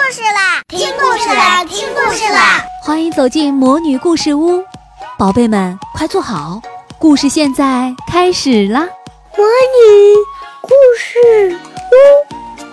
事啦！听故事啦！听故事啦！ 欢迎走进魔女故事屋，宝贝们快坐好，故事现在开始啦！ 魔女故事屋。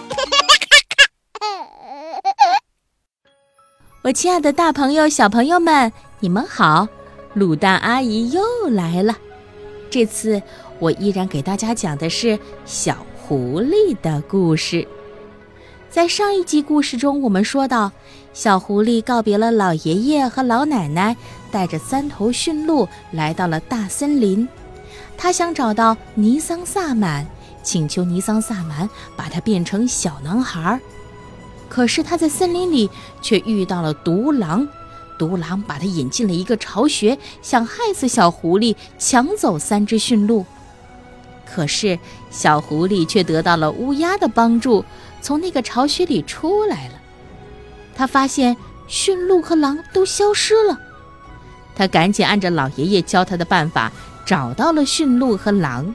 我亲爱的大朋友小朋友们，你们好，卤蛋阿姨又来了。这次我依然给大家讲的是小狐狸的故事。在上一集故事中，我们说到小狐狸告别了老爷爷和老奶奶，带着3头驯鹿来到了大森林。他想找到尼桑萨满，请求尼桑萨满把他变成小男孩。可是他在森林里却遇到了独狼，独狼把他引进了一个巢穴，想害死小狐狸，抢走3只驯鹿。可是小狐狸却得到了乌鸦的帮助，从那个巢穴里出来了。他发现驯鹿和狼都消失了，他赶紧按照老爷爷教他的办法找到了驯鹿和狼。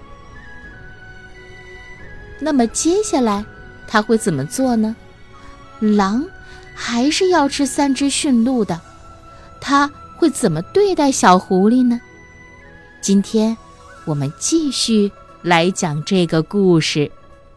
那么接下来他会怎么做呢？狼还是要吃3只驯鹿的，他会怎么对待小狐狸呢？今天我们继续来讲这个故事。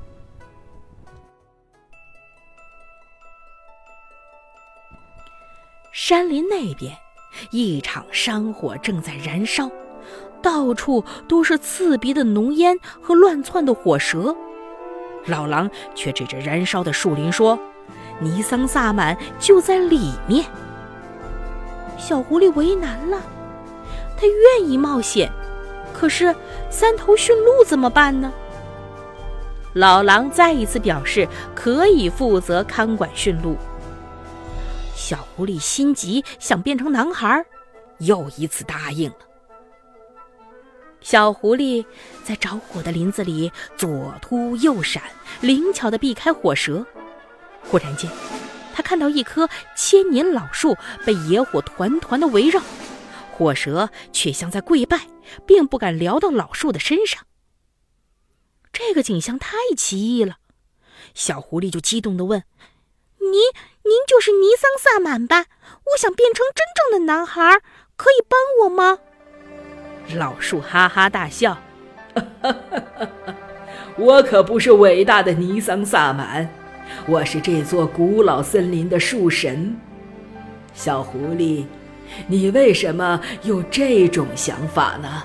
山林那边，一场山火正在燃烧，到处都是刺鼻的浓烟和乱窜的火蛇。老狼却指着燃烧的树林说：“尼桑萨满就在里面。”小狐狸为难了，他愿意冒险，可是3头驯鹿怎么办呢？老狼再一次表示可以负责看管驯鹿。小狐狸心急，想变成男孩，又一次答应了。小狐狸在着火的林子里左突右闪，灵巧地避开火蛇。忽然间，他看到一棵千年老树被野火团团地围绕，火蛇却像在跪拜，并不敢撩到老树的身上。这个景象太奇异了，小狐狸就激动地问：“您就是尼桑萨满吧？我想变成真正的男孩，可以帮我吗？”老树哈哈大笑：“ 我可不是伟大的尼桑萨满，我是这座古老森林的树神。小狐狸，你为什么有这种想法呢？”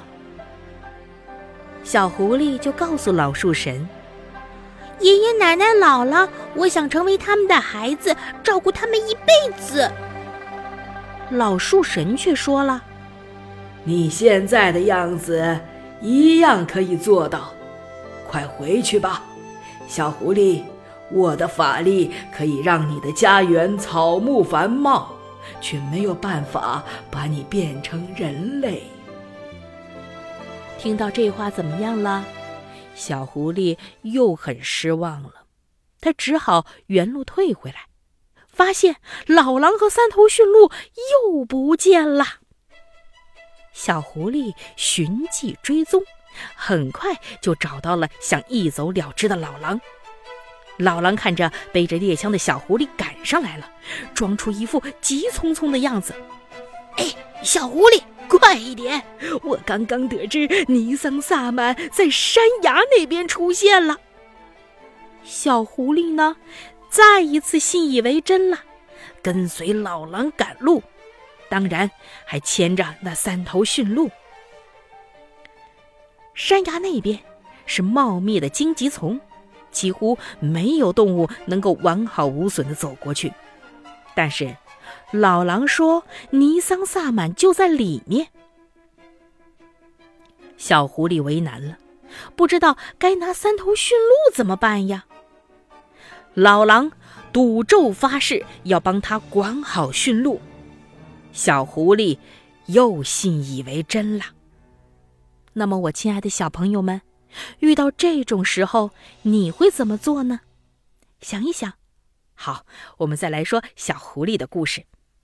小狐狸就告诉老树神：“爷爷奶奶老了，我想成为他们的孩子，照顾他们一辈子。”老树神却说了：“ 你现在的样子一样可以做到，快回去吧，小狐狸，我的法力可以让你的家园草木繁茂，却没有办法把你变成人类。” 听到这话怎么样了？小狐狸又很失望了，他只好原路退回来，发现老狼和3头驯鹿又不见了。小狐狸寻迹追踪，很快就找到了想一走了之的老狼。老狼看着背着猎枪的小狐狸赶上来了，装出一副急匆匆的样子：“哎，小狐狸，快一点！我刚刚得知尼桑萨满在山崖那边出现了。”小狐狸呢，再一次信以为真了，跟随老狼赶路，当然还牵着那3头驯鹿。山崖那边是茂密的荆棘丛，几乎没有动物能够完好无损地走过去。但是老狼说尼桑萨满就在里面。小狐狸为难了，不知道该拿3头驯鹿怎么办呀。老狼赌咒发誓要帮他管好驯鹿，小狐狸又信以为真了。那么我亲爱的小朋友们，遇到这种时候你会怎么做呢？想一想。好，我们再来说小狐狸的故事。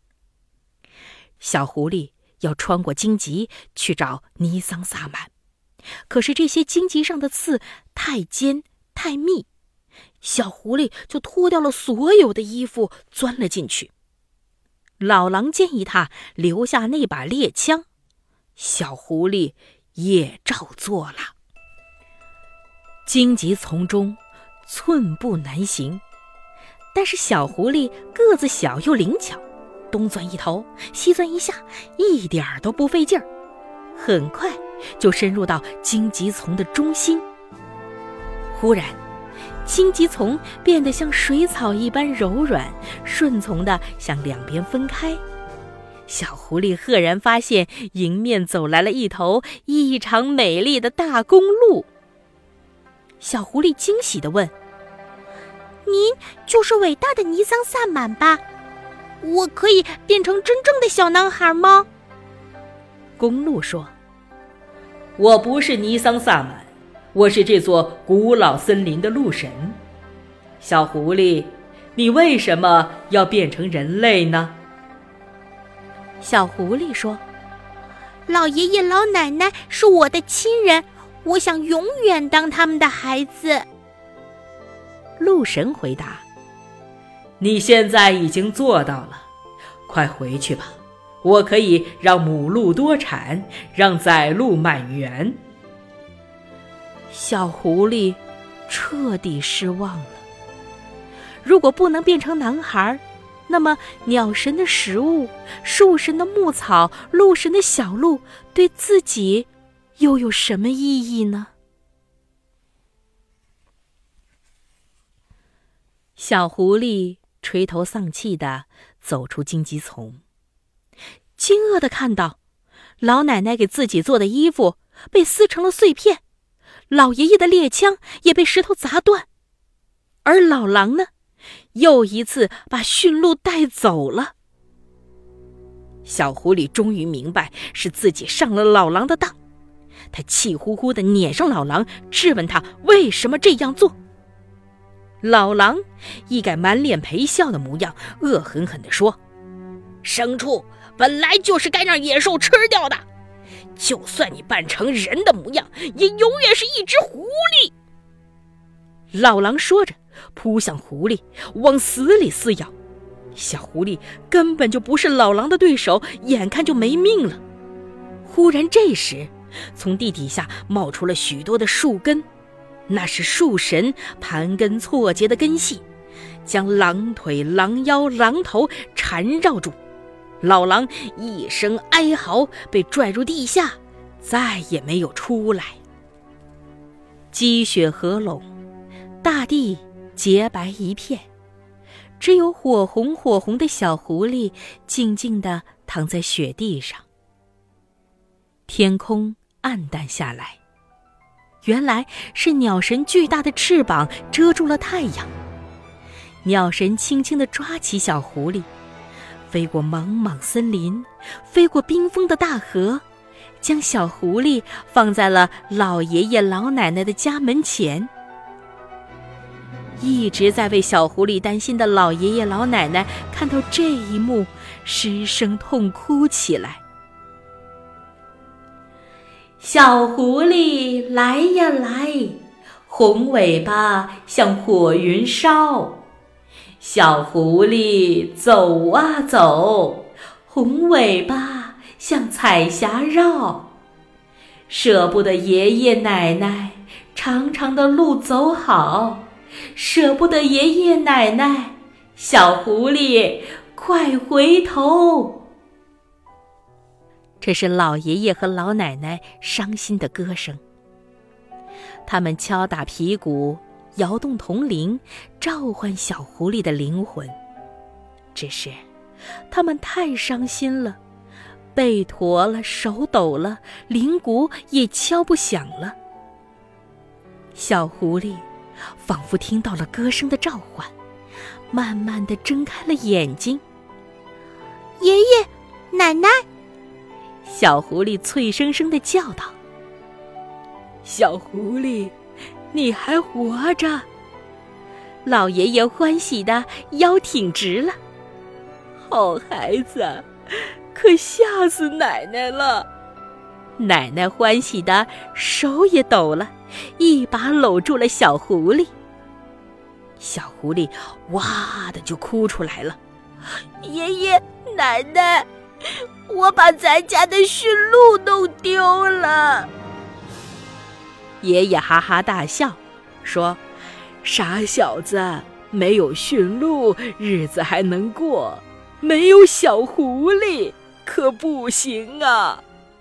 小狐狸要穿过荆棘去找尼桑萨满，可是这些荆棘上的刺太尖太密， 小狐狸就脱掉了所有的衣服，钻了进去。老狼建议他留下那把猎枪，小狐狸也照做了。荆棘丛中寸步难行，但是小狐狸个子小又灵巧，东钻一头西钻一下，一点儿都不费劲儿，很快就深入到荆棘丛的中心。忽然荆棘丛变得像水草一般柔软，顺从地向两边分开。小狐狸赫然发现迎面走来了一头异常美丽的大公鹿。小狐狸惊喜地问： 您就是伟大的尼桑萨满吧？我可以变成真正的小男孩吗？ 公鹿说： 我不是尼桑萨满，我是这座古老森林的鹿神。小狐狸，你为什么要变成人类呢？ 小狐狸说： 老爷爷老奶奶是我的亲人，我想永远当他们的孩子。 鹿神回答： 你现在已经做到了，快回去吧，我可以让母鹿多产，让崽鹿满园。 小狐狸彻底失望了。如果不能变成男孩，那么鸟神的食物、树神的牧草、鹿神的小鹿对自己又有什么意义呢？小狐狸垂头丧气地走出荆棘丛，惊愕地看到老奶奶给自己做的衣服被撕成了碎片，老爷爷的猎枪也被石头砸断，而老狼呢，又一次把驯鹿带走了。小狐狸终于明白是自己上了老狼的当，他气呼呼地撵上老狼，质问他为什么这样做。老狼一改满脸陪笑的模样，恶狠狠地说：牲畜本来就是该让野兽吃掉的，就算你扮成人的模样，也永远是一只狐狸。老狼说着扑向狐狸，往死里撕咬。小狐狸根本就不是老狼的对手，眼看就没命了。忽然这时，从地底下冒出了许多的树根，那是树神盘根错节的根系，将狼腿、狼腰、狼头缠绕住。老狼一声哀嚎，被拽入地下，再也没有出来。积雪合拢，大地洁白一片，只有火红的小狐狸静静地躺在雪地上。天空暗淡下来，原来是鸟神巨大的翅膀遮住了太阳。鸟神轻轻地抓起小狐狸，飞过茫茫森林，飞过冰封的大河，将小狐狸放在了老爷爷老奶奶的家门前。一直在为小狐狸担心的老爷爷老奶奶看到这一幕，失声痛哭起来。小狐狸来呀来，红尾巴像火云烧。小狐狸走啊走，红尾巴像彩霞绕。舍不得爷爷奶奶长长的路走好，舍不得爷爷奶奶，小狐狸快回头。这是老爷爷和老奶奶伤心的歌声，他们敲打皮鼓，摇动铜铃，召唤小狐狸的灵魂。只是他们太伤心了，背驼了，手抖了，铃鼓也敲不响了。小狐狸仿佛听到了歌声的召唤，慢慢地睁开了眼睛。 爷爷奶奶， 小狐狸脆生生地叫道。小狐狸，你还活着！老爷爷欢喜地腰挺直了。好孩子，可吓死奶奶了！奶奶欢喜的手也抖了，一把搂住了小狐狸。 小狐狸哇的就哭出来了。 爷爷奶奶，我把咱家的驯鹿弄丢了。 爷爷哈哈大笑，说：傻小子，没有驯鹿日子还能过，没有小狐狸可不行啊。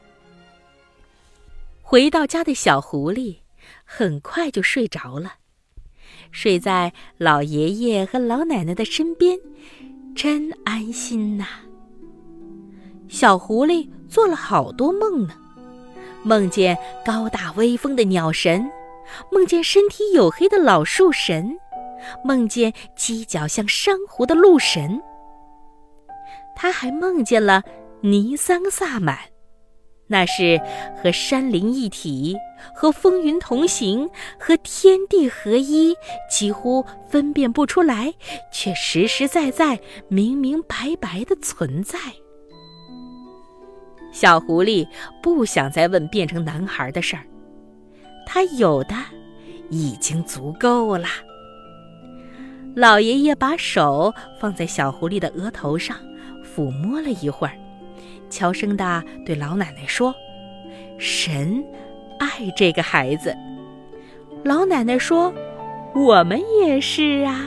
回到家的小狐狸很快就睡着了，睡在老爷爷和老奶奶的身边，真安心呐。小狐狸做了好多梦呢，梦见高大威风的鸟神，梦见身体黝黑的老树神，梦见犄角像珊瑚的鹿神。他还梦见了尼桑萨满，那是和山林一体，和风云同行，和天地合一，几乎分辨不出来，却实实在在明明白白的存在。小狐狸不想再问变成男孩的事儿，他有的已经足够了。老爷爷把手放在小狐狸的额头上，抚摸了一会儿，悄声地对老奶奶说：神爱这个孩子。老奶奶说：我们也是啊。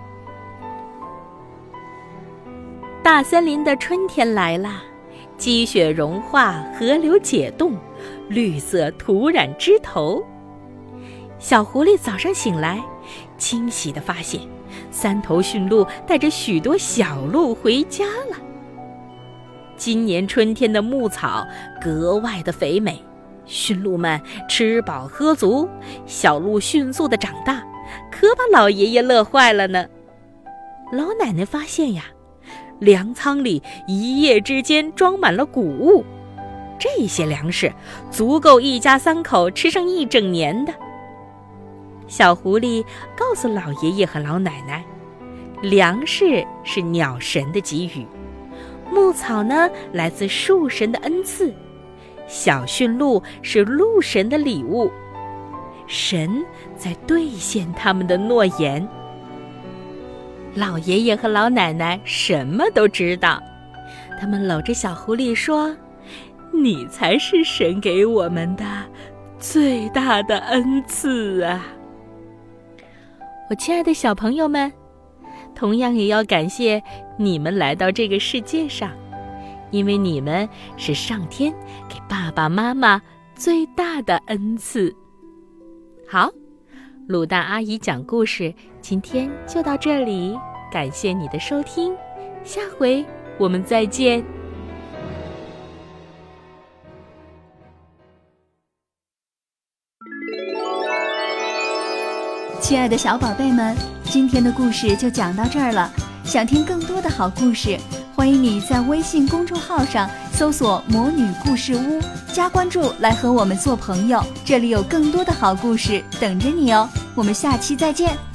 大森林的春天来了，积雪融化，河流解冻，绿色土染枝头。小狐狸早上醒来，惊喜地发现3头驯鹿带着许多小鹿回家了。今年春天的牧草格外的肥美，驯鹿们吃饱喝足，小鹿迅速地长大，可把老爷爷乐坏了呢。老奶奶发现呀，粮仓里一夜之间装满了谷物，这些粮食足够一家3口吃上1整年的。小狐狸告诉老爷爷和老奶奶，粮食是鸟神的给予，牧草呢来自树神的恩赐，小驯鹿是鹿神的礼物，神在兑现他们的诺言。老爷爷和老奶奶什么都知道，他们搂着小狐狸说：你才是神给我们的最大的恩赐啊。我亲爱的小朋友们，同样也要感谢你们来到这个世界上，因为你们是上天给爸爸妈妈最大的恩赐。好，卤蛋阿姨讲故事今天就到这里，感谢你的收听，下回我们再见。 亲爱的小宝贝们，今天的故事就讲到这儿了。想听更多的好故事，欢迎你在微信公众号上搜索魔女故事屋，加关注来和我们做朋友，这里有更多的好故事等着你哦。我们下期再见。